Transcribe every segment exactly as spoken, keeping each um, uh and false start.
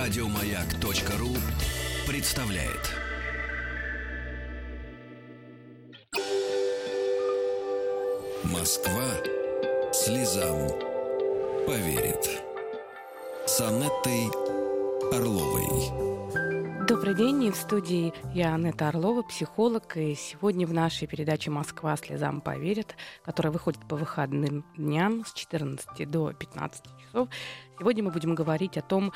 Радиомаяк.ру представляет. Москва слезам поверит. С Анеттой Орловой. Добрый день, и в студии я, Анетта Орлова, психолог, и сегодня в нашей передаче «Москва слезам поверит», которая выходит по выходным дням с четырнадцати до пятнадцати часов, сегодня мы будем говорить о том,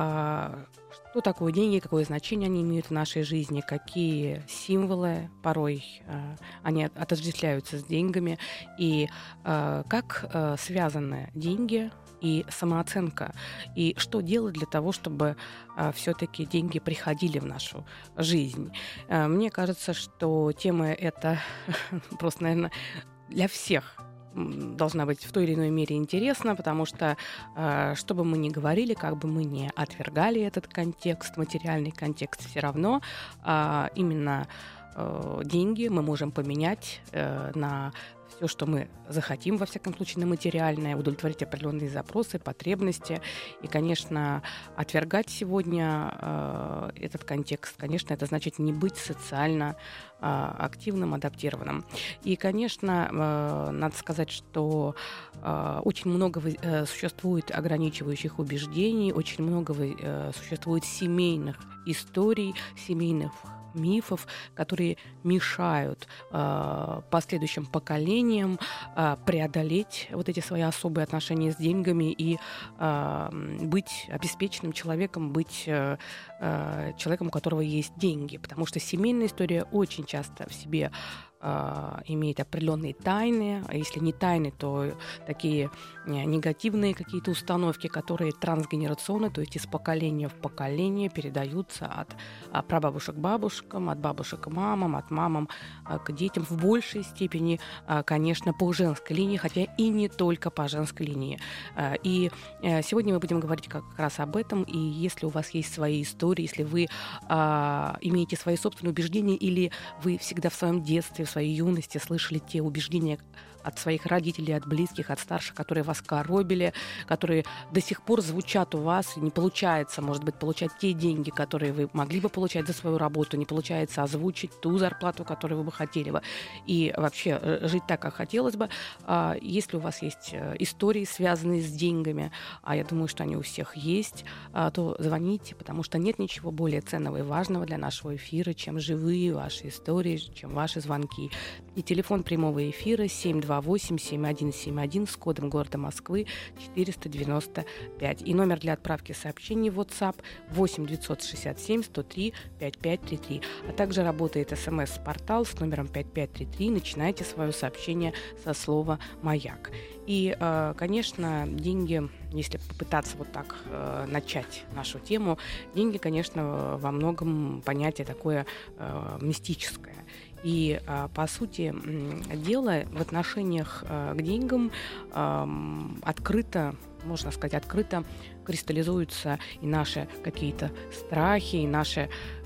что такое деньги, какое значение они имеют в нашей жизни, какие символы порой они отождествляются с деньгами, и как связаны деньги и самооценка, и что делать для того, чтобы а, все-таки деньги приходили в нашу жизнь. А, мне кажется, что тема эта просто, наверное, для всех должна быть в той или иной мере интересна, потому что, э, что бы мы ни говорили, как бы мы ни отвергали этот контекст, материальный контекст, все равно э, именно э, деньги мы можем поменять э, на все, что мы захотим, во всяком случае, на материальное, удовлетворить определенные запросы, потребности. И, конечно, отвергать сегодня э, этот контекст, конечно, это значит не быть социально э, активным, адаптированным. И, конечно, э, надо сказать, что э, очень много э, существует ограничивающих убеждений, очень много э, существует семейных историй, семейных мифов, которые мешают э, последующим поколениям э, преодолеть вот эти свои особые отношения с деньгами и э, быть обеспеченным человеком, быть э, э, человеком, у которого есть деньги. Потому что семейная история очень часто в себе имеет определенные тайны, а если не тайны, то такие негативные какие-то установки, которые трансгенерационно, то есть из поколения в поколение передаются от прабабушек к бабушкам, от бабушек к мамам, от мамам к детям в большей степени, конечно, по женской линии, хотя и не только по женской линии. И сегодня мы будем говорить как раз об этом, и если у вас есть свои истории, если вы имеете свои собственные убеждения или вы всегда в своем детстве, в своей юности слышали те убеждения от своих родителей, от близких, от старших, которые вас коробили, которые до сих пор звучат у вас, и не получается, может быть, получать те деньги, которые вы могли бы получать за свою работу, не получается озвучить ту зарплату, которую вы бы хотели бы, и вообще жить так, как хотелось бы. Если у вас есть истории, связанные с деньгами, а я думаю, что они у всех есть, то звоните, потому что нет ничего более ценного и важного для нашего эфира, чем живые ваши истории, чем ваши звонки. И телефон прямого эфира семь два восемь семь один семь один с кодом города Москвы четыреста девяносто пять. И номер для отправки сообщений в WhatsApp восемь девятьсот шестьдесят семь сто три пятьдесят пять тридцать три. А также работает смс-портал с номером пять пять три три. Начинайте свое сообщение со слова «Маяк». И, конечно, деньги, если попытаться вот так начать нашу тему, деньги, конечно, во многом понятие такое мистическое. И, по сути дела, в отношениях к деньгам открыто, можно сказать, открыто кристаллизуются и наши какие-то страхи, и наши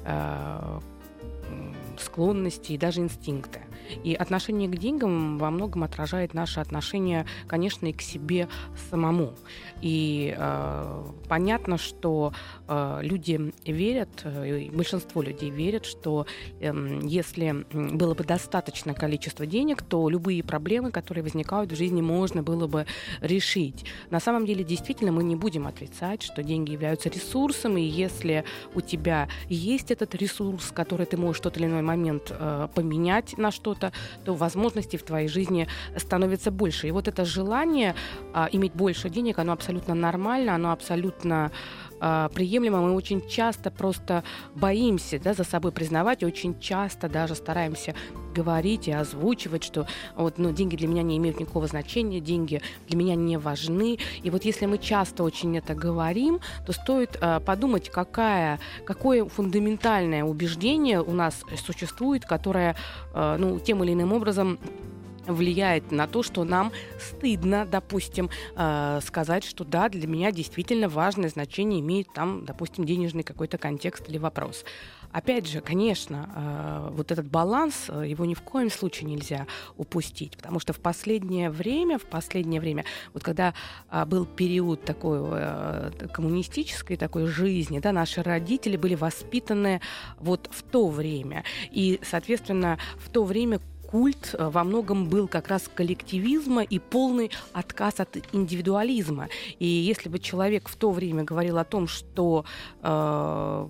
склонности, и даже инстинкты. И отношение к деньгам во многом отражает наше отношение, конечно, и к себе самому. И э, понятно, что э, люди верят, э, большинство людей верят, что э, если было бы достаточное количество денег, то любые проблемы, которые возникают в жизни, можно было бы решить. На самом деле, действительно, мы не будем отрицать, что деньги являются ресурсом, и если у тебя есть этот ресурс, который ты можешь в тот или иной момент э, поменять на что-то, то возможностей в твоей жизни становится больше. И вот это желание а, иметь больше денег, оно абсолютно нормально, оно абсолютно а, приемлемо. Мы очень часто просто боимся, да, за собой признавать, и очень часто даже стараемся говорить и озвучивать, что вот, ну, деньги для меня не имеют никакого значения, деньги для меня не важны. И вот если мы часто очень это говорим, то стоит а, подумать, какая, какое фундаментальное убеждение у нас существует, которое, а, ну, тем или иным образом влияет на то, что нам стыдно, допустим, э, сказать, что да, для меня действительно важное значение имеет там, допустим, денежный какой-то контекст или вопрос. Опять же, конечно, э, вот этот баланс, э, его ни в коем случае нельзя упустить, потому что в последнее время, в последнее время, вот когда э, был период такой э, коммунистической такой жизни, да, наши родители были воспитаны вот в то время, и, соответственно, в то время культ во многом был как раз коллективизма и полный отказ от индивидуализма. И если бы человек в то время говорил о том, что э,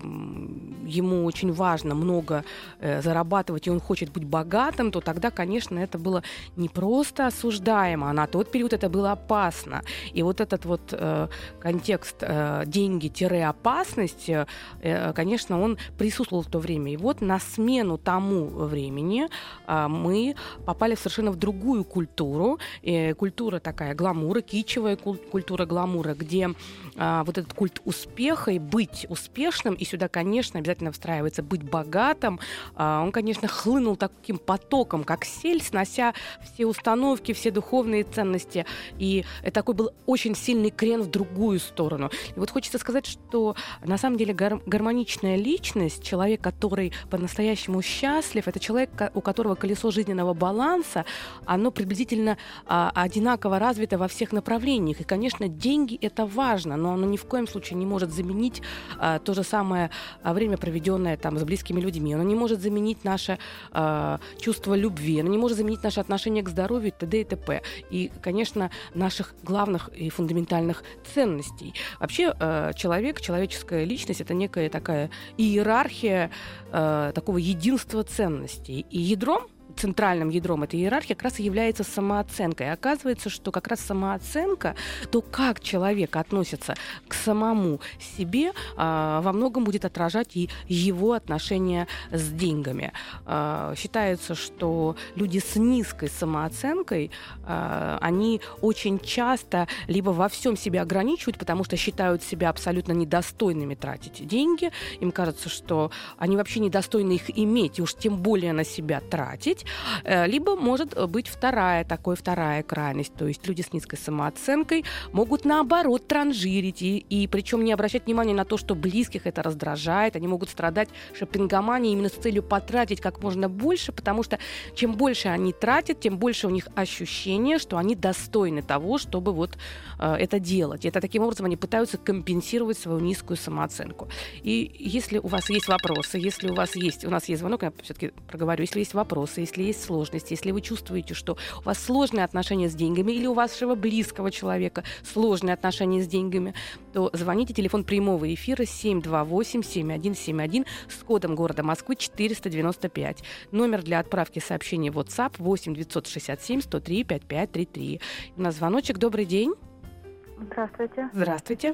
ему очень важно много э, зарабатывать, и он хочет быть богатым, то тогда, конечно, это было не просто осуждаемо, а на тот период это было опасно. И вот этот вот э, контекст э, деньги-опасность, э, конечно, он присутствовал в то время. И вот на смену тому времени э, мы мы попали совершенно в другую культуру. Э, культура такая гламура, кичевая культура гламура, где э, вот этот культ успеха и быть успешным, и сюда, конечно, обязательно встраивается быть богатым, э, он, конечно, хлынул таким потоком, как сель, снося все установки, все духовные ценности. И это такой был очень сильный крен в другую сторону. И вот хочется сказать, что на самом деле гар- гармоничная личность, человек, который по-настоящему счастлив, это человек, у которого колесо жизненного баланса, оно приблизительно а, одинаково развито во всех направлениях. И, конечно, деньги — это важно, но оно ни в коем случае не может заменить а, то же самое а, время, проведенное там с близкими людьми. Оно не может заменить наше а, чувство любви, оно не может заменить наше отношение к здоровью и т.д. и т.п. И, конечно, наших главных и фундаментальных ценностей. Вообще а, человек, человеческая личность — это некая такая иерархия а, такого единства ценностей. И ядром, центральным ядром этой иерархии как раз и является самооценка. И оказывается, что как раз самооценка, то, как человек относится к самому себе, а, во многом будет отражать и его отношения с деньгами. А, считается, что люди с низкой самооценкой, а, они очень часто либо во всем себя ограничивают, потому что считают себя абсолютно недостойными тратить деньги. Им кажется, что они вообще недостойны их иметь, и уж тем более на себя тратить. Либо может быть вторая, такой вторая крайность. То есть люди с низкой самооценкой могут, наоборот, транжирить. И, и причем не обращать внимания на то, что близких это раздражает. Они могут страдать шопингоманией именно с целью потратить как можно больше, потому что чем больше они тратят, тем больше у них ощущение, что они достойны того, чтобы вот э, это делать. И это таким образом они пытаются компенсировать свою низкую самооценку. И если у вас есть вопросы, если у вас есть... У нас есть звонок, я все-таки проговорю. Если есть вопросы, если есть сложности, если вы чувствуете, что у вас сложные отношения с деньгами или у вашего близкого человека сложные отношения с деньгами, то звоните. Телефон прямого эфира семь два восемь семь один семь один с кодом города Москвы четыреста девяносто пять. Номер для отправки сообщений в WhatsApp восемь девятьсот шестьдесят семь сто три пятьдесят пять тридцать три. У нас звоночек. Добрый день. Здравствуйте. Здравствуйте.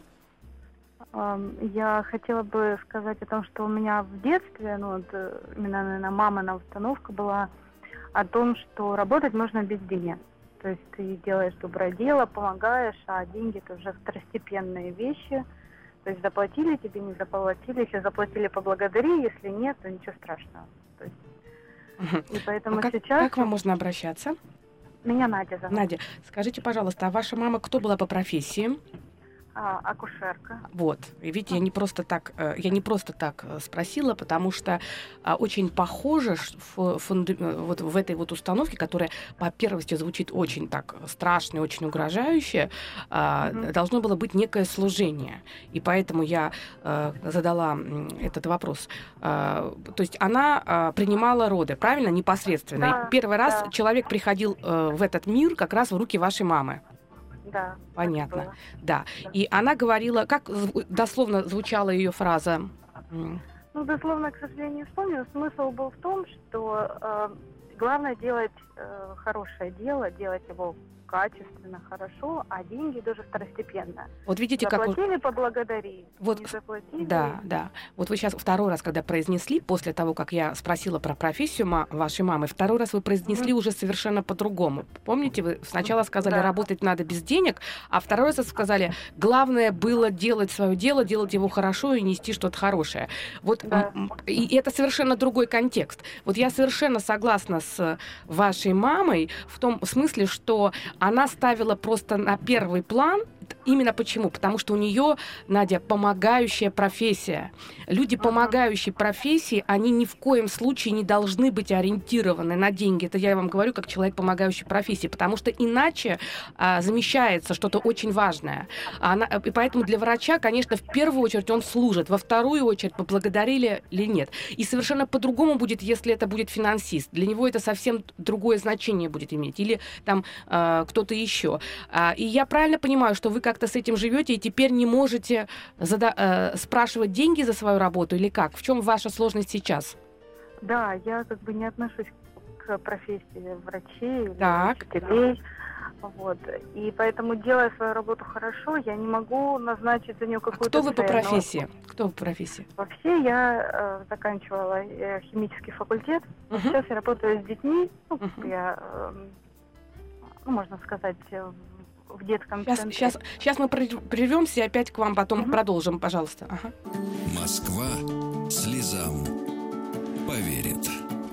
Я хотела бы сказать о том, что у меня в детстве, ну, вот, именно, наверное, мамина установка была о том, что работать можно без денег. То есть ты делаешь доброе дело, помогаешь, а деньги — это уже второстепенные вещи. То есть заплатили тебе, не заплатили. Если заплатили, поблагодари, если нет, то ничего страшного. То есть... Угу. И поэтому а как, сейчас... Как вам можно обращаться? Меня Надя зовут. Надя, скажите, пожалуйста, а ваша мама кто была по профессии? А, акушерка. Вот. И видите, я не просто так, я не просто так спросила, потому что очень похоже в, фунда, вот в этой вот установке, которая по первости звучит очень так страшно и очень угрожающе, mm-hmm. должно было быть некое служение. И поэтому я задала этот вопрос. То есть она принимала роды, правильно? Непосредственно. Да, и первый раз да. человек приходил в этот мир как раз в руки вашей мамы. Да. Понятно. Да. да. И она говорила, как дословно звучала ее фраза? Ну, дословно, к сожалению, не вспомню. Смысл был в том, что э, главное делать э, хорошее дело, делать его качественно, хорошо, а деньги тоже второстепенно. Вот видите, как... Заплатили, поблагодари. Вот, не заплатили. Да, да. Вот вы сейчас второй раз, когда произнесли, после того, как я спросила про профессию ма- вашей мамы, второй раз вы произнесли mm-hmm. уже совершенно по-другому. Помните, вы сначала сказали, да. работать надо без денег, а второй раз сказали, главное было делать свое дело, делать его хорошо и нести что-то хорошее. Вот да. м- и это совершенно другой контекст. Вот я совершенно согласна с вашей мамой в том смысле, что она ставила просто на первый план. Именно почему? Потому что у нее, Надя, помогающая профессия. Люди, помогающие профессии, они ни в коем случае не должны быть ориентированы на деньги. Это я вам говорю как человек, помогающий профессии, потому что иначе а, замещается что-то очень важное. Она, и поэтому для врача, конечно, в первую очередь он служит, во вторую очередь поблагодарили или нет. И совершенно по-другому будет, если это будет финансист. Для него это совсем другое значение будет иметь. Или там а, кто-то еще. А, и я правильно понимаю, что вы как-то с этим живете и теперь не можете зада- э, спрашивать деньги за свою работу или как? В чем ваша сложность сейчас? Да, я как бы не отношусь к профессии врачей или так. учителей. Вот. И поэтому, делая свою работу хорошо, я не могу назначить за нее какую-то Кто вы цель. по профессии? Но... Кто вы по профессии? Вообще я э, заканчивала э, химический факультет. Uh-huh. Сейчас я работаю с детьми. Ну, uh-huh. я, э, ну, можно сказать, в детском сейчас, центре. Сейчас, сейчас мы прервемся и опять к вам потом угу. продолжим, пожалуйста. Ага. Москва слезам поверит.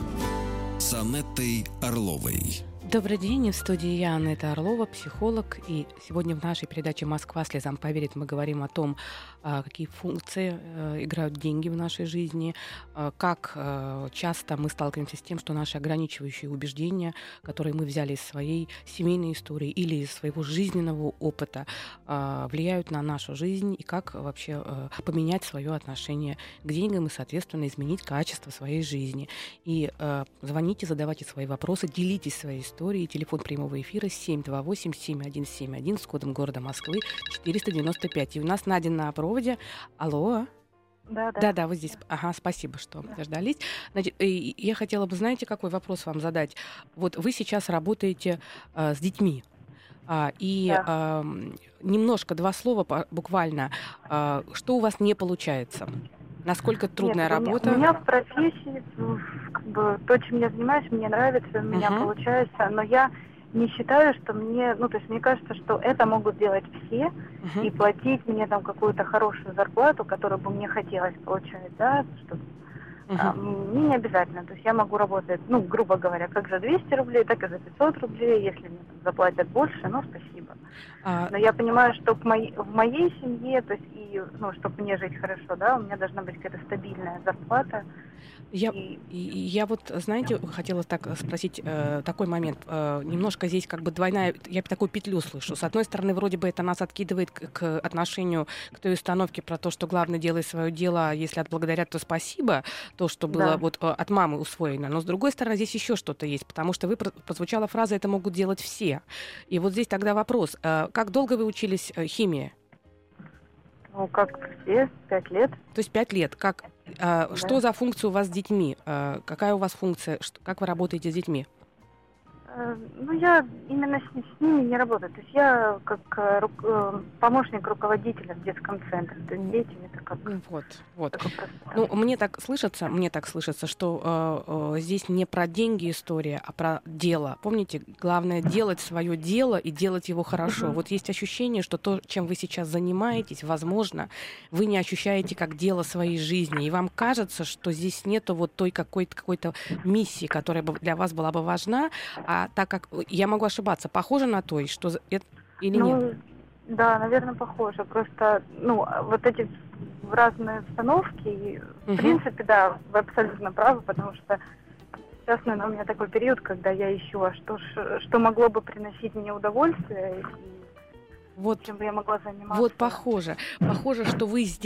С Анеттой Орловой. Добрый день, в студии я, Анетта Орлова, психолог. И сегодня в нашей передаче «Москва слезам поверит» мы говорим о том, какие функции играют деньги в нашей жизни, как часто мы сталкиваемся с тем, что наши ограничивающие убеждения, которые мы взяли из своей семейной истории или из своего жизненного опыта, влияют на нашу жизнь, и как вообще поменять свое отношение к деньгам и, соответственно, изменить качество своей жизни. И звоните, задавайте свои вопросы, делитесь своей историей. Телефон прямого эфира семь два восемь семь один семь один с кодом города Москвы четыреста девяносто пять. И у нас Надя на проводе. Алло. Да, да. Да, да, вы здесь. Ага, спасибо, что да. дождались. Значит, я хотела бы, знаете, какой вопрос вам задать? Вот вы сейчас работаете э, с детьми. А, и да. э, немножко, два слова буквально. Э, что у вас не получается? Насколько трудная Нет, работа? У меня в профессии, как бы, то, чем я занимаюсь, мне нравится, у меня uh-huh. получается, но я не считаю, что мне, ну, то есть мне кажется, что это могут делать все, uh-huh. и платить мне там какую-то хорошую зарплату, которую бы мне хотелось получать, да, что uh-huh. а, мне не обязательно, то есть я могу работать, ну, грубо говоря, как за двести рублей, так и за пятьсот рублей, если мне там заплатят больше, ну, спасибо. А... Но я понимаю, что в моей, в моей семье, то есть и, ну, чтобы мне жить хорошо, да, у меня должна быть какая-то стабильная зарплата. Я, и... И, я вот, знаете, хотела так спросить э, такой момент. Э, немножко здесь как бы двойная, я такую петлю слышу. С одной стороны, вроде бы это нас откидывает к, к отношению к той установке про то, что главное делай свое дело, а если отблагодарят, то спасибо, то, что было да. вот от мамы усвоено. Но с другой стороны, здесь еще что-то есть, потому что вы прозвучала фраза «это могут делать все». И вот здесь тогда вопрос. Э, как долго вы учились э, химии? Ну, как все, пять лет. То есть пять лет. Как, э, да. Что за функция у вас с детьми? Э, какая у вас функция? Что, как вы работаете с детьми? Э, ну, я именно с, с ними не работаю. То есть я как э, ру, э, помощник руководителя в детском центре. То есть дети это как... Вот, вот. Ну, мне так слышится, мне так слышится, что э, э, здесь не про деньги история, а про дело. Помните, главное делать свое дело и делать его хорошо. Uh-huh. Вот есть ощущение, что то, чем вы сейчас занимаетесь, возможно, вы не ощущаете как дело своей жизни. И вам кажется, что здесь нету вот той какой-то, какой-то миссии, которая бы для вас была бы важна. А так как, я могу ошибаться, похоже на то, что это или ну, нет? Да, наверное, похоже. Просто, ну, вот эти разные установки, и, угу. в принципе, да, вы абсолютно правы, потому что сейчас, наверное, у меня такой период, когда я ищу, а что, что могло бы приносить мне удовольствие, и вот, чем бы я могла заниматься. Вот похоже. Похоже, что вы здесь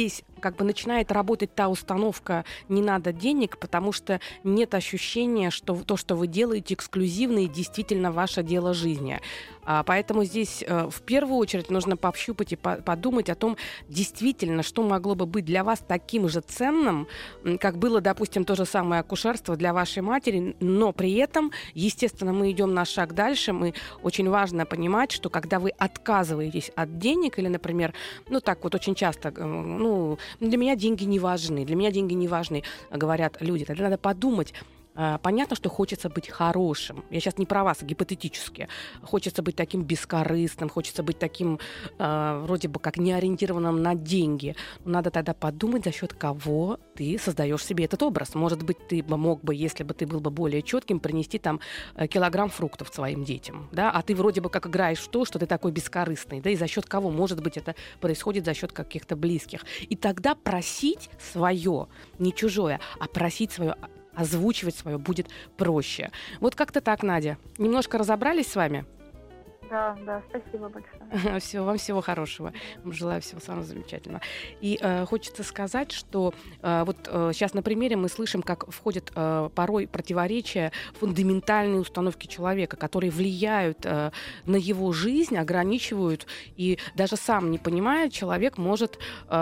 как бы начинает работать та установка «не надо денег», потому что нет ощущения, что то, что вы делаете, эксклюзивно и действительно ваше дело жизни. А, поэтому здесь э, в первую очередь нужно пообщупать и по- подумать о том, действительно, что могло бы быть для вас таким же ценным, как было, допустим, то же самое акушерство для вашей матери, но при этом, естественно, мы идем на шаг дальше. Мы очень важно понимать, что когда вы отказываетесь от денег или, например, ну так вот очень часто, э, ну, для меня деньги не важны, для меня деньги не важны, говорят люди. Тогда надо подумать. Понятно, что хочется быть хорошим. Я сейчас не про вас, а гипотетически. Хочется быть таким бескорыстным, хочется быть таким э, вроде бы как неориентированным на деньги. Но надо тогда подумать, за счет кого ты создаешь себе этот образ. Может быть, ты бы мог бы, если бы ты был бы более четким, принести там килограмм фруктов своим детям. Да? А ты вроде бы как играешь в то, что ты такой бескорыстный. Да? И за счет кого? Может быть, это происходит за счет каких-то близких. И тогда просить свое, не чужое, а просить свое, озвучивать свое будет проще. Вот как-то так, Надя. Немножко разобрались с вами? Да, да, спасибо большое. Все, вам всего хорошего. Вам желаю всего самого замечательного. И э, хочется сказать, что э, вот э, сейчас на примере мы слышим, как входят э, порой противоречия, фундаментальные установки человека, которые влияют э, на его жизнь, ограничивают, и даже сам не понимая, человек может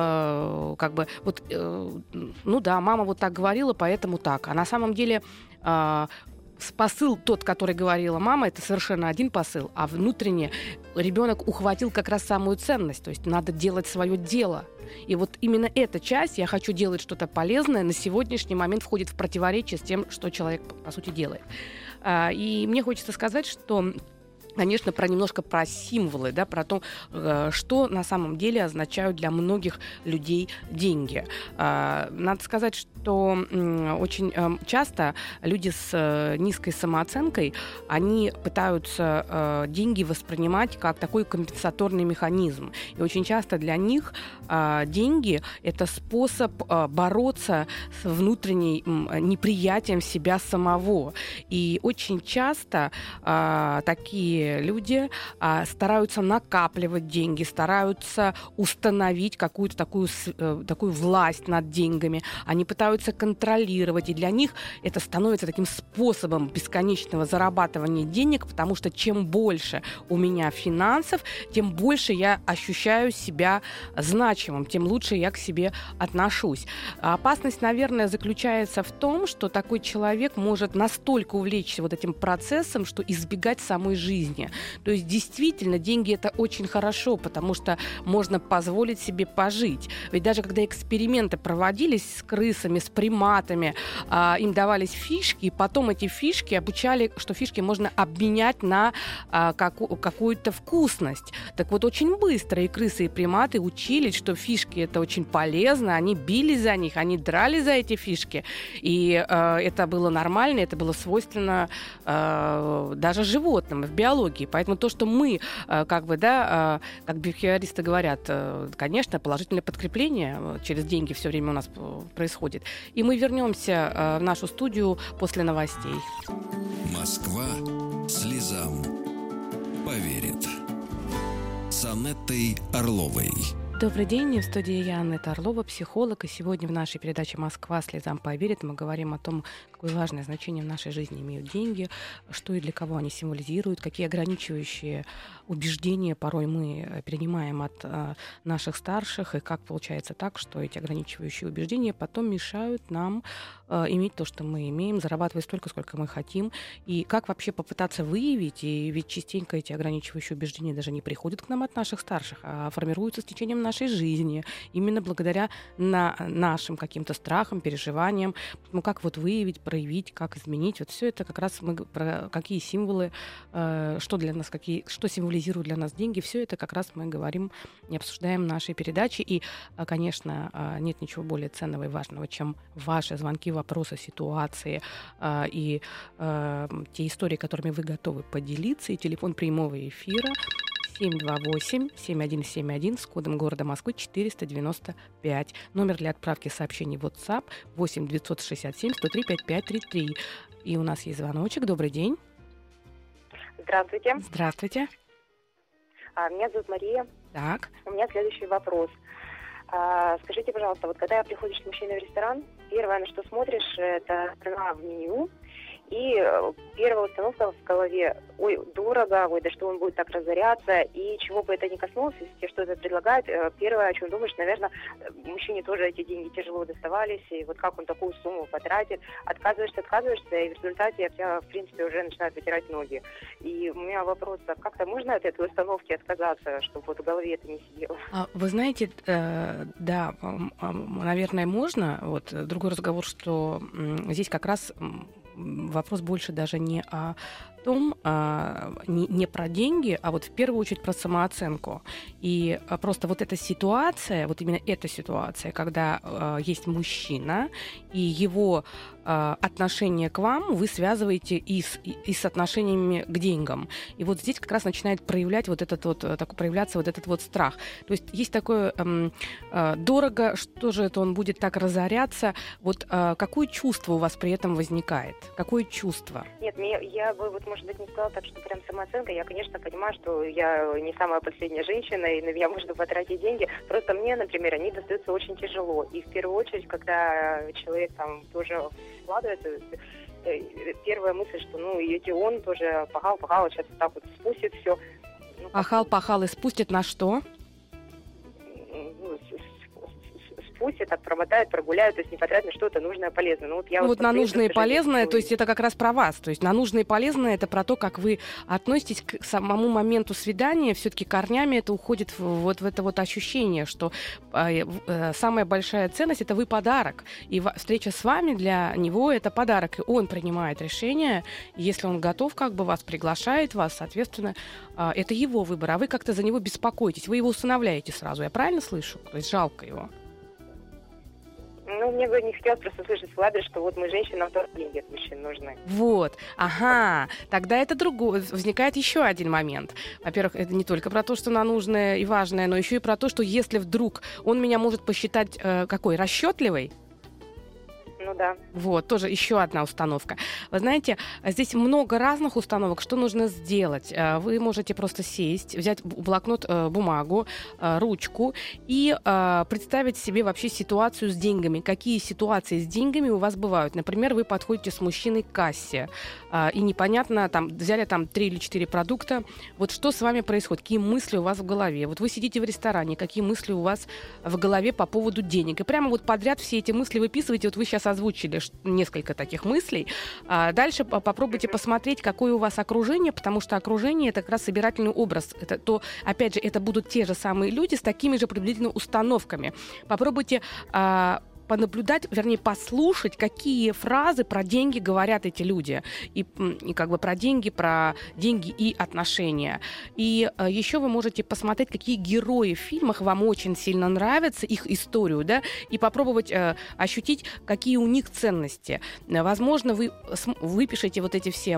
э, как бы вот, э, ну да, мама вот так говорила, поэтому так. А на самом деле э, посыл тот, который говорила мама, это совершенно один посыл, а внутренне ребенок ухватил как раз самую ценность, то есть надо делать свое дело. И вот именно эта часть, я хочу делать что-то полезное, на сегодняшний момент входит в противоречие с тем, что человек, по сути, делает. И мне хочется сказать, что конечно, про немножко про символы, да, про то, что на самом деле означают для многих людей деньги. Надо сказать, что очень часто люди с низкой самооценкой, они пытаются деньги воспринимать как такой компенсаторный механизм. И очень часто для них деньги – это способ бороться с внутренним неприятием себя самого. И очень часто такие люди а, стараются накапливать деньги, стараются установить какую-то такую, э, такую власть над деньгами. Они пытаются контролировать, и для них это становится таким способом бесконечного зарабатывания денег, потому что чем больше у меня финансов, тем больше я ощущаю себя значимым, тем лучше я к себе отношусь. А опасность, наверное, заключается в том, что такой человек может настолько увлечься вот этим процессом, что избегать самой жизни. То есть действительно деньги — это очень хорошо, потому что можно позволить себе пожить. Ведь даже когда эксперименты проводились с крысами, с приматами, а, им давались фишки, и потом эти фишки обучали, что фишки можно обменять на а, каку- какую-то вкусность. Так вот, очень быстро и крысы, и приматы учились, что фишки — это очень полезно, они бились за них, они дрались за эти фишки, и а, это было нормально, это было свойственно а, даже животным в биологии. Поэтому то, что мы, как бы, да, как бихевиористы говорят, конечно, положительное подкрепление через деньги все время у нас происходит. И мы вернемся в нашу студию после новостей. Москва слезам поверит. С Анеттой Орловой. Добрый день, в студии я, Анетта Орлова, психолог, и сегодня в нашей передаче «Москва слезам поверит» мы говорим о том, какое важное значение в нашей жизни имеют деньги, что и для кого они символизируют, какие ограничивающие убеждения порой мы перенимаем от а, наших старших, и как получается так, что эти ограничивающие убеждения потом мешают нам а, иметь то, что мы имеем, зарабатывать столько, сколько мы хотим, и как вообще попытаться выявить, и ведь частенько эти ограничивающие убеждения даже не приходят к нам от наших старших, а формируются с течением нашей нашей жизни, именно благодаря на нашим каким-то страхам, переживаниям. Ну, как вот выявить, проявить, как изменить. Вот все это как раз мы про какие символы, э, что для нас, какие, что символизируют для нас деньги, все это как раз мы говорим и обсуждаем в нашей передаче. И, э, конечно, э, нет ничего более ценного и важного, чем ваши звонки, вопросы, ситуации э, и э, те истории, которыми вы готовы поделиться. И телефон прямого эфира семь два восемь семь один семь один с кодом города Москвы четыреста девяносто пять. Номер для отправки сообщений в WhatsApp восемь девятьсот шестьдесят семь сто три пятьдесят пять тридцать три. И у нас есть звоночек. Добрый день. Здравствуйте. Здравствуйте. Меня зовут Мария. Так. У меня следующий вопрос. А, скажите, пожалуйста, вот когда приходишь с мужчиной в ресторан, первое, на что смотришь, это цена в меню. И первая установка в голове: ой, дорого, ой, да что он будет так разоряться, и чего бы это ни коснулось, если тебе что-то предлагают, первое, о чем думаешь, наверное, мужчине тоже эти деньги тяжело доставались, и вот как он такую сумму потратит, отказываешься, отказываешься, и в результате от тебя, в принципе, уже начинают вытирать ноги. И у меня вопрос: а как-то можно от этой установки отказаться, чтобы вот в голове это не сидело? А, вы знаете, э, да, наверное, можно. Вот другой разговор, что м, здесь как раз м, вопрос больше даже не о том, а, не, не про деньги, а вот в первую очередь про самооценку. И а, просто вот эта ситуация, вот именно эта ситуация, когда а, есть мужчина, и его а, отношение к вам вы связываете и с, и, и с отношениями к деньгам. И вот здесь как раз начинает проявлять вот этот вот, так, проявляться вот этот вот страх. То есть есть такое эм, э, дорого, что же это он будет так разоряться. Вот э, какое чувство у вас при этом возникает? Какое чувство? Нет, мне, я бы, вот, может быть, не сказала так, что прям самооценка. Я, конечно, понимаю, что я не самая последняя женщина, и на меня можно потратить деньги. Просто мне, например, они достаются очень тяжело. И в первую очередь, когда человек там тоже вкладывается, первая мысль, что, ну, и он тоже пахал, пахал, сейчас вот так вот спустит все. Ну, пахал, пахал и спустит на что? Ну, спустит, так промотает, прогуляет, то есть не потратит на что-то нужное, полезное. Ну, вот, я ну, вот вот на нужное и полезное, что... то есть это как раз про вас. То есть на нужное и полезное — это про то, как вы относитесь к самому моменту свидания. Все-таки корнями это уходит в, вот в это вот ощущение, что э, э, самая большая ценность — это вы подарок. И в, встреча с вами для него — это подарок. И он принимает решение. Если он готов, как бы вас приглашает, вас, соответственно, э, это его выбор. А вы как-то за него беспокоитесь. Вы его усыновляете сразу. Я правильно слышу? То есть жалко его. Ну, мне бы не хотелось просто слышать в адрес, что вот мы, женщины, нам тоже деньги от мужчин нужны. Вот, ага, тогда это другое. Возникает еще один момент. Во-первых, это не только про то, что на нужное и важное, но еще и про то, что если вдруг он меня может посчитать э, какой, расчетливой. Ну да. Вот, тоже еще одна установка. Вы знаете, здесь много разных установок. Что нужно сделать? Вы можете просто сесть, взять блокнот, бумагу, ручку и представить себе вообще ситуацию с деньгами. Какие ситуации с деньгами у вас бывают? Например, вы подходите с мужчиной к кассе, и непонятно, там, взяли там три или четыре продукта. Вот что с вами происходит? Какие мысли у вас в голове? Вот вы сидите в ресторане, какие мысли у вас в голове по поводу денег? И прямо вот подряд все эти мысли выписываете. Вот вы сейчас озвучили несколько таких мыслей. А дальше попробуйте посмотреть, какое у вас окружение, потому что окружение — это как раз собирательный образ. Это то, опять же, это будут те же самые люди с такими же приблизительно установками. Попробуйте а, понаблюдать, вернее, послушать, какие фразы про деньги говорят эти люди. И, и как бы про деньги, про деньги и отношения. И а, еще вы можете посмотреть, какие герои в фильмах вам очень сильно нравятся, их историю, да, и попробовать а, ощутить, какие у них ценности. Возможно, вы выпишете вот эти все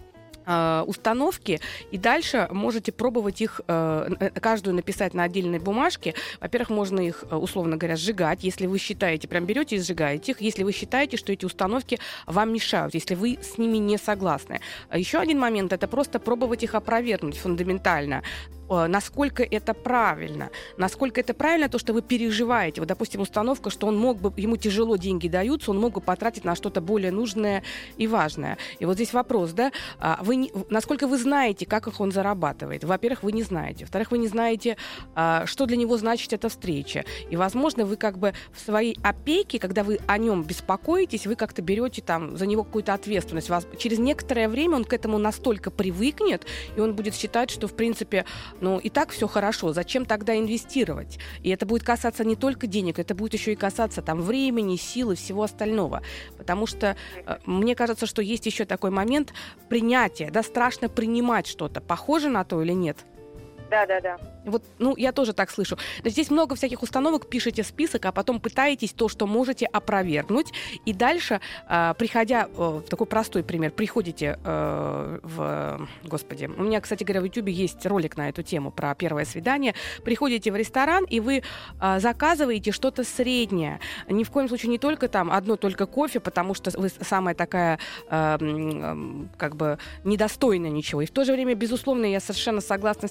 установки, и дальше можете пробовать их, каждую написать на отдельной бумажке. Во-первых, можно их, условно говоря, сжигать, если вы считаете, прям берете и сжигаете их, если вы считаете, что эти установки вам мешают, если вы с ними не согласны. Еще один момент — это просто пробовать их опровергнуть фундаментально. Насколько это правильно. Насколько это правильно то, что вы переживаете. Вот, допустим, установка, что он мог бы, ему тяжело деньги даются, он мог бы потратить на что-то более нужное и важное. И вот здесь вопрос, да, вы не, насколько вы знаете, как их он зарабатывает. Во-первых, вы не знаете. Во-вторых, вы не знаете, что для него значит эта встреча. И, возможно, вы как бы в своей опеке, когда вы о нем беспокоитесь, вы как-то берете там за него какую-то ответственность. Вас, через некоторое время он к этому настолько привыкнет, и он будет считать, что, в принципе, ну, и так все хорошо, зачем тогда инвестировать? И это будет касаться не только денег, это будет еще и касаться там времени, силы, всего остального. Потому что э, мне кажется, что есть еще такой момент принятия, да, страшно принимать что-то. Похоже на то или нет? Да, да, да. Вот, ну, я тоже так слышу. Здесь много всяких установок, пишите список, а потом пытаетесь то, что можете, опровергнуть. И дальше, э, приходя, э, в такой простой пример, приходите э, в... Господи, у меня, кстати говоря, в Ютубе есть ролик на эту тему про первое свидание. Приходите в ресторан, и вы э, заказываете что-то среднее. Ни в коем случае не только там одно только кофе, потому что вы самая такая, э, э, как бы, недостойная ничего. И в то же время, безусловно, я совершенно согласна с тем, что при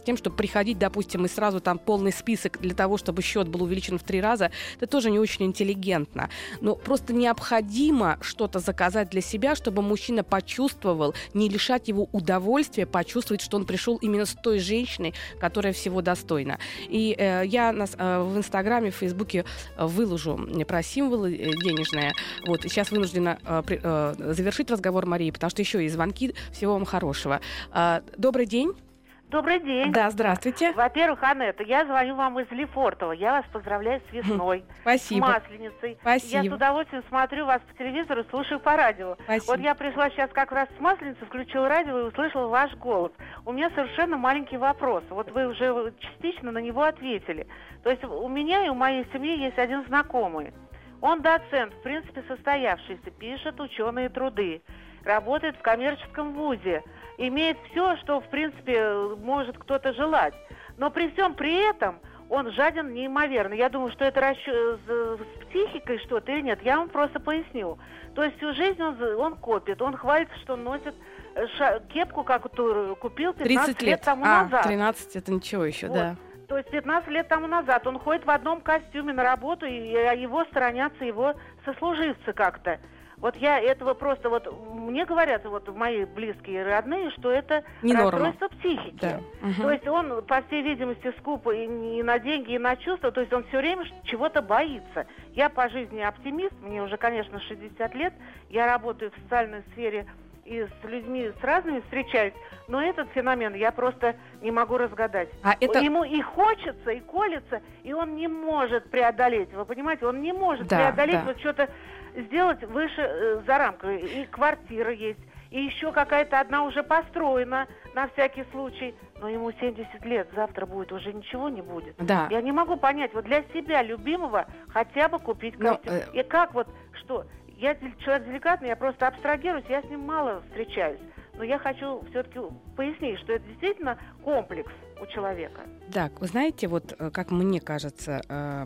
приходить, допустим, и сразу там полный список для того, чтобы счет был увеличен в три раза, это тоже не очень интеллигентно. Но просто необходимо что-то заказать для себя, чтобы мужчина почувствовал, не лишать его удовольствия, почувствовать, что он пришел именно с той женщиной, которая всего достойна. И э, я нас, э, в Инстаграме, в Фейсбуке выложу про символы э, денежные. Вот, и сейчас вынуждена э, при, э, завершить разговор, Марии, потому что еще есть звонки. Всего вам хорошего. Э, добрый день. Добрый день. Да, здравствуйте. Во-первых, Анетта, я звоню вам из Лефортово. Я вас поздравляю с весной. Спасибо. С Масленицей. Спасибо. Я с удовольствием смотрю вас по телевизору, слушаю по радио. Спасибо. Вот я пришла сейчас как раз с Масленицы, включила радио и услышала ваш голос. У меня совершенно маленький вопрос. Вот вы уже частично на него ответили. То есть у меня и у моей семьи есть один знакомый. Он доцент, в принципе, состоявшийся, пишет ученые труды, работает в коммерческом вузе, имеет все, что, в принципе, может кто-то желать. Но при всем при этом он жаден неимоверно. Я думаю, что это расчет с психикой что-то или нет. Я вам просто поясню. То есть всю жизнь он, он копит, он хвалится, что он носит ша- кепку, которую купил пятнадцать лет тому а, назад. тринадцать это ничего еще, вот. Да. То есть пятнадцать лет тому назад он ходит в одном костюме на работу, и его сторонятся его сослуживцы как-то. Вот я этого просто, вот мне говорят, вот мои близкие и родные, что это не расстройство психики. Да. Угу. То есть он, по всей видимости, скуп и, и на деньги, и на чувства, то есть он все время чего-то боится. Я по жизни оптимист, мне уже, конечно, шестьдесят лет, я работаю в социальной сфере и с людьми с разными встречаюсь, но этот феномен я просто не могу разгадать. А это... Ему и хочется, и колется, и он не может преодолеть, вы понимаете, он не может да, преодолеть да. вот что-то сделать выше э, за рамкой. И квартира есть, и еще какая-то одна уже построена на всякий случай. Но ему семьдесят лет, завтра будет, уже ничего не будет. Да. Я не могу понять, вот для себя любимого хотя бы купить костюм. Но, э... И как вот, что... Я человек деликатный, я просто абстрагируюсь, я с ним мало встречаюсь. Но я хочу все-таки пояснить, что это действительно комплекс у человека. Так, вы знаете, вот как мне кажется,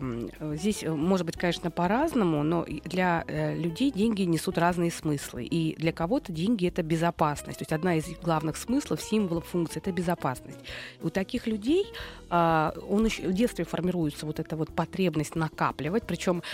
здесь может быть, конечно, по-разному, но для людей деньги несут разные смыслы. И для кого-то деньги — это безопасность. То есть одна из главных смыслов, символов, функций — это безопасность. И у таких людей он еще в детстве формируется вот эта вот потребность накапливать. Причем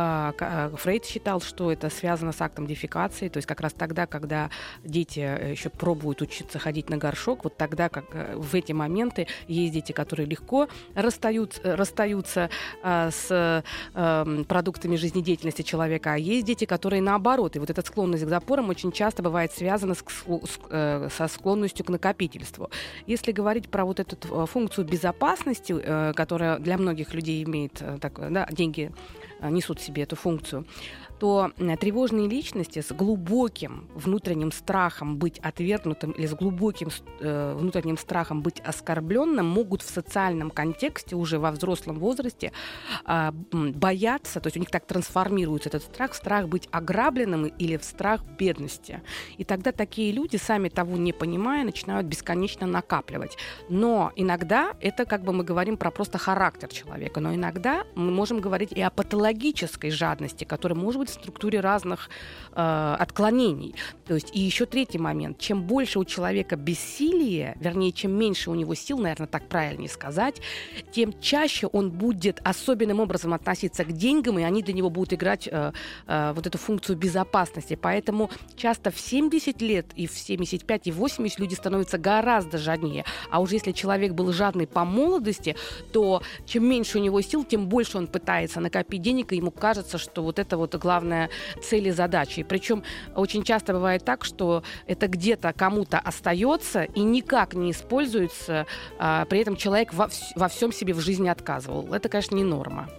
Фрейд считал, что это связано с актом дефекации. То есть как раз тогда, когда дети еще пробуют учиться ходить на горшок, вот тогда, как в эти моменты, есть дети, которые легко расстаются, расстаются а, с а, продуктами жизнедеятельности человека, а есть дети, которые наоборот. И вот эта склонность к запорам очень часто бывает связана с, с, э, со склонностью к накопительству. Если говорить про вот эту функцию безопасности, э, которая для многих людей имеет, э, так, да, деньги э, несут в себе эту функцию, то тревожные личности с глубоким внутренним страхом быть отвергнутым или с глубоким э, внутренним страхом быть оскорбленным могут в социальном контексте уже во взрослом возрасте э, бояться, то есть у них так трансформируется этот страх в страх быть ограбленным или в страх бедности. И тогда такие люди, сами того не понимая, начинают бесконечно накапливать. Но иногда это, как бы мы говорим про просто характер человека, но иногда мы можем говорить и о патологической жадности, которая может быть в структуре разных э, отклонений. То есть, и еще третий момент. Чем больше у человека бессилия, вернее, чем меньше у него сил, наверное, так правильнее сказать, тем чаще он будет особенным образом относиться к деньгам, и они для него будут играть э, э, вот эту функцию безопасности. Поэтому часто в семьдесят лет и в семьдесят пять и восемьдесят люди становятся гораздо жаднее. А уже если человек был жадный по молодости, то чем меньше у него сил, тем больше он пытается накопить денег, и ему кажется, что вот это вот главное цель и задача. И причем очень часто бывает так, что это где-то кому-то остается и никак не используется, а, при этом человек во, вс- во всем себе в жизни отказывал. Это, конечно, не норма.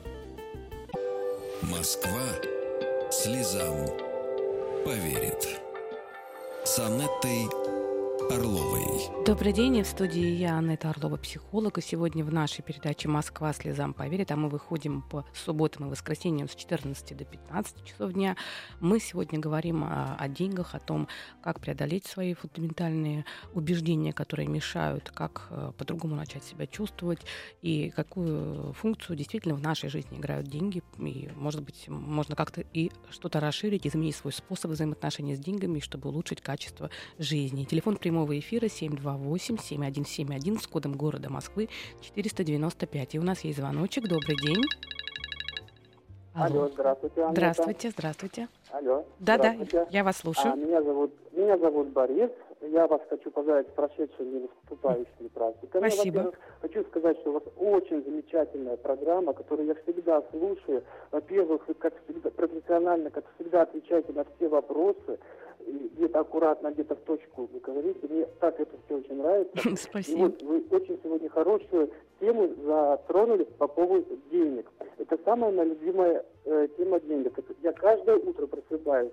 Москва слезам поверит. С Анеттой Орловой. Добрый день, в студии я, Анетта Орлова, психолог. И сегодня в нашей передаче «Москва слезам поверит», а мы выходим по субботам и воскресеньям с четырнадцати до пятнадцати часов дня. Мы сегодня говорим о, о деньгах, о том, как преодолеть свои фундаментальные убеждения, которые мешают, как э, по-другому начать себя чувствовать, и какую функцию действительно в нашей жизни играют деньги. И, может быть, можно как-то и что-то расширить, изменить свой способ взаимоотношений с деньгами, чтобы улучшить качество жизни. Телефон прямой прямого эфира семь два восемь семь один семь один с кодом города Москвы четыреста девяносто пять. И у нас есть звоночек. Добрый день. Алло, Алло здравствуйте, Анна. Здравствуйте, здравствуйте. Алло. Да-да, я вас слушаю. А, меня зовут, меня зовут Борис. Я вас хочу поздравить с прошедшими и наступающими праздниками. Спасибо. Во-первых, хочу сказать, что у вас очень замечательная программа, которую я всегда слушаю. Во-первых, вы как всегда профессионально, как всегда отвечаете на все вопросы. И где-то аккуратно, где-то в точку вы говорите. Мне так это все очень нравится. Спасибо. И вот вы очень сегодня хорошую тему затронули по поводу денег. Это самая моя любимая э, тема денег. Я каждое утро просыпаюсь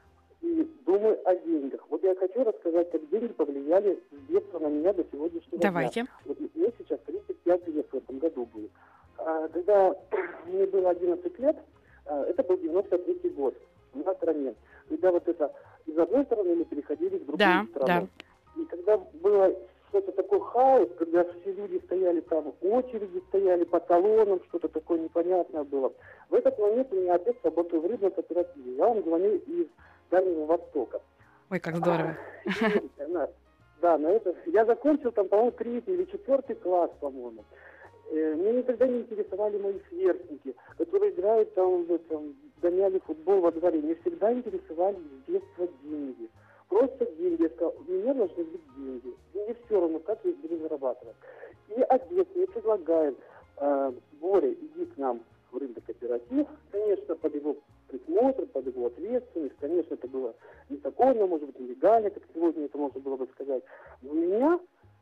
и думаю о деньгах. Вот я хочу рассказать, как деньги повлияли с детства на меня до сегодняшнего Давайте. дня. Вот мне сейчас тридцать пять лет в этом году будет. А, когда мне было одиннадцать лет, а, это был девяносто третий год на стране. Когда вот это из одной стороны мы переходили в другую да, страну. Да. И когда было что-то такой хаос, когда все люди стояли там, очереди стояли по талонам, что-то такое непонятное было. В этот момент у меня отец работал в рыбном кооперативе. Я вам звоню из Дальнего Востока. Ой, как здорово. И, на, да, на это я закончил там, по-моему, третий или четвертый класс, по-моему. Э, меня никогда не интересовали мои сверстники, которые играют там, там, гоняли футбол во дворе. Мне всегда интересовали с детства деньги. Просто деньги. Я сказал, у меня должны быть деньги. Мне все равно, как я их буду зарабатывать. И отец мне предлагает, э, Боря, иди к нам в рыбный кооператив. Конечно, под его присмотр, под его ответственность. Конечно, это было незаконно, может быть, нелегально, как сегодня это можно было бы сказать. Но меня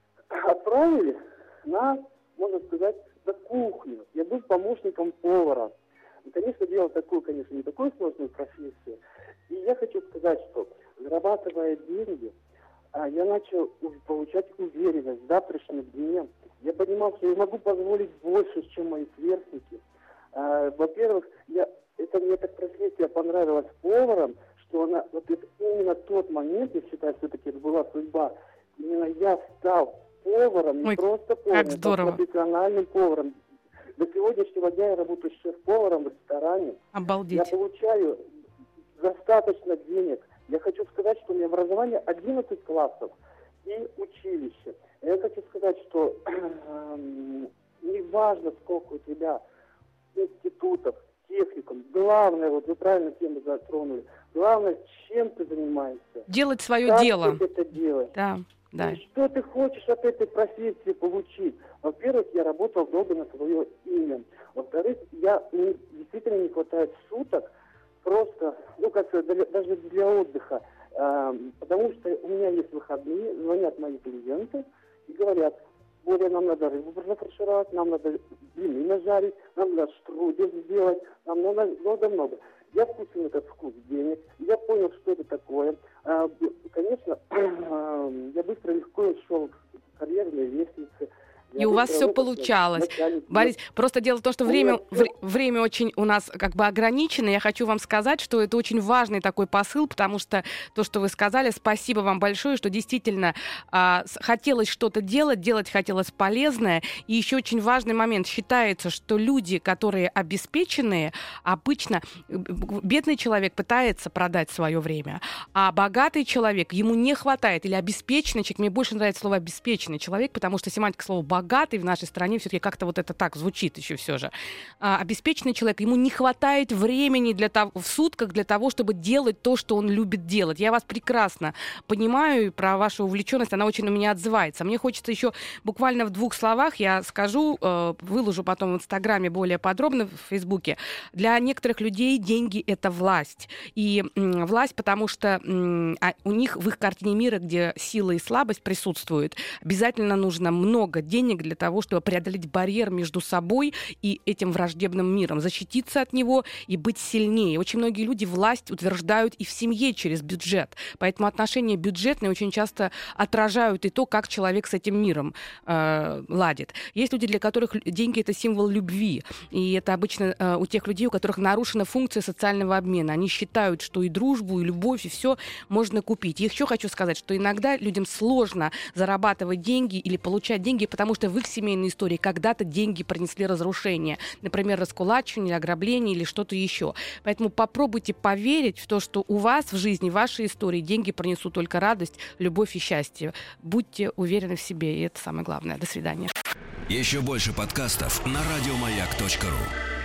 отправили на, можно сказать, на кухню. Я был помощником повара. И, конечно, делал такую, конечно, не такую сложную профессию. И я хочу сказать, что зарабатывая деньги, я начал получать уверенность в завтрашнем дне. Я понимал, что я могу позволить больше, чем мои сверстники. Во-первых, я, это мне так профессия понравилась поваром, что она, вот это именно тот момент, я считаю, все-таки это была судьба. Именно я стал поваром, не Ой, просто поваром, как здорово. а профессиональным поваром. До сегодняшнего дня я работаю шеф-поваром в ресторане. Обалдеть. Я получаю достаточно денег. Я хочу сказать, что у меня образование одиннадцать классов и училище. Я хочу сказать, что э, не важно, сколько у тебя институтов, техникум. Главное, вот вы правильно тему затронули, главное, чем ты занимаешься. Делать свое как дело. Ты это делаешь. Да, да. И что ты хочешь от этой профессии получить? Во-первых, я работал долго на свое имя. Во-вторых, я, мне действительно не хватает суток просто, ну, как для, даже для отдыха. Э, потому что у меня есть выходные, звонят мои клиенты и говорят, Боря, нам надо рыбу зафаршировать, нам надо блины нажарить, нам надо штрудель сделать, нам надо много-много. Я вкусил этот вкус денег, я понял, что это такое. А, конечно, я быстро легко шел к карьерной лестнице. И у вас все получалось. Борис, просто дело в том, что время, вре- время очень у нас как бы ограничено. Я хочу вам сказать, что это очень важный такой посыл, потому что то, что вы сказали, спасибо вам большое, что действительно а, хотелось что-то делать, делать хотелось полезное. И еще очень важный момент. Считается, что люди, которые обеспеченные, обычно бедный человек пытается продать свое время, а богатый человек, ему не хватает, или обеспеченный человек, мне больше нравится слово обеспеченный человек, потому что семантика слова богатый богатый в нашей стране все-таки как-то вот это так звучит еще все же. А, обеспеченный человек, ему не хватает времени для того, в сутках для того, чтобы делать то, что он любит делать. Я вас прекрасно понимаю, и про вашу увлеченность, она очень на меня отзывается. Мне хочется еще буквально в двух словах, я скажу, э, выложу потом в Инстаграме более подробно, в Фейсбуке. Для некоторых людей деньги — это власть. И м, власть, потому что м, а у них в их картине мира, где сила и слабость присутствуют, обязательно нужно много денег для того, чтобы преодолеть барьер между собой и этим враждебным миром, защититься от него и быть сильнее. Очень многие люди власть утверждают и в семье через бюджет. Поэтому отношения бюджетные очень часто отражают и то, как человек с этим миром э, ладит. Есть люди, для которых деньги — это символ любви. И это обычно э, у тех людей, у которых нарушена функция социального обмена. Они считают, что и дружбу, и любовь, и все можно купить. И еще хочу сказать, что иногда людям сложно зарабатывать деньги или получать деньги, потому что что в их семейной истории когда-то деньги принесли разрушение. Например, раскулачивание, ограбление или что-то еще. Поэтому попробуйте поверить в то, что у вас в жизни, в вашей истории деньги принесут только радость, любовь и счастье. Будьте уверены в себе, и это самое главное. До свидания. Еще больше подкастов на радиомаяк точка ру.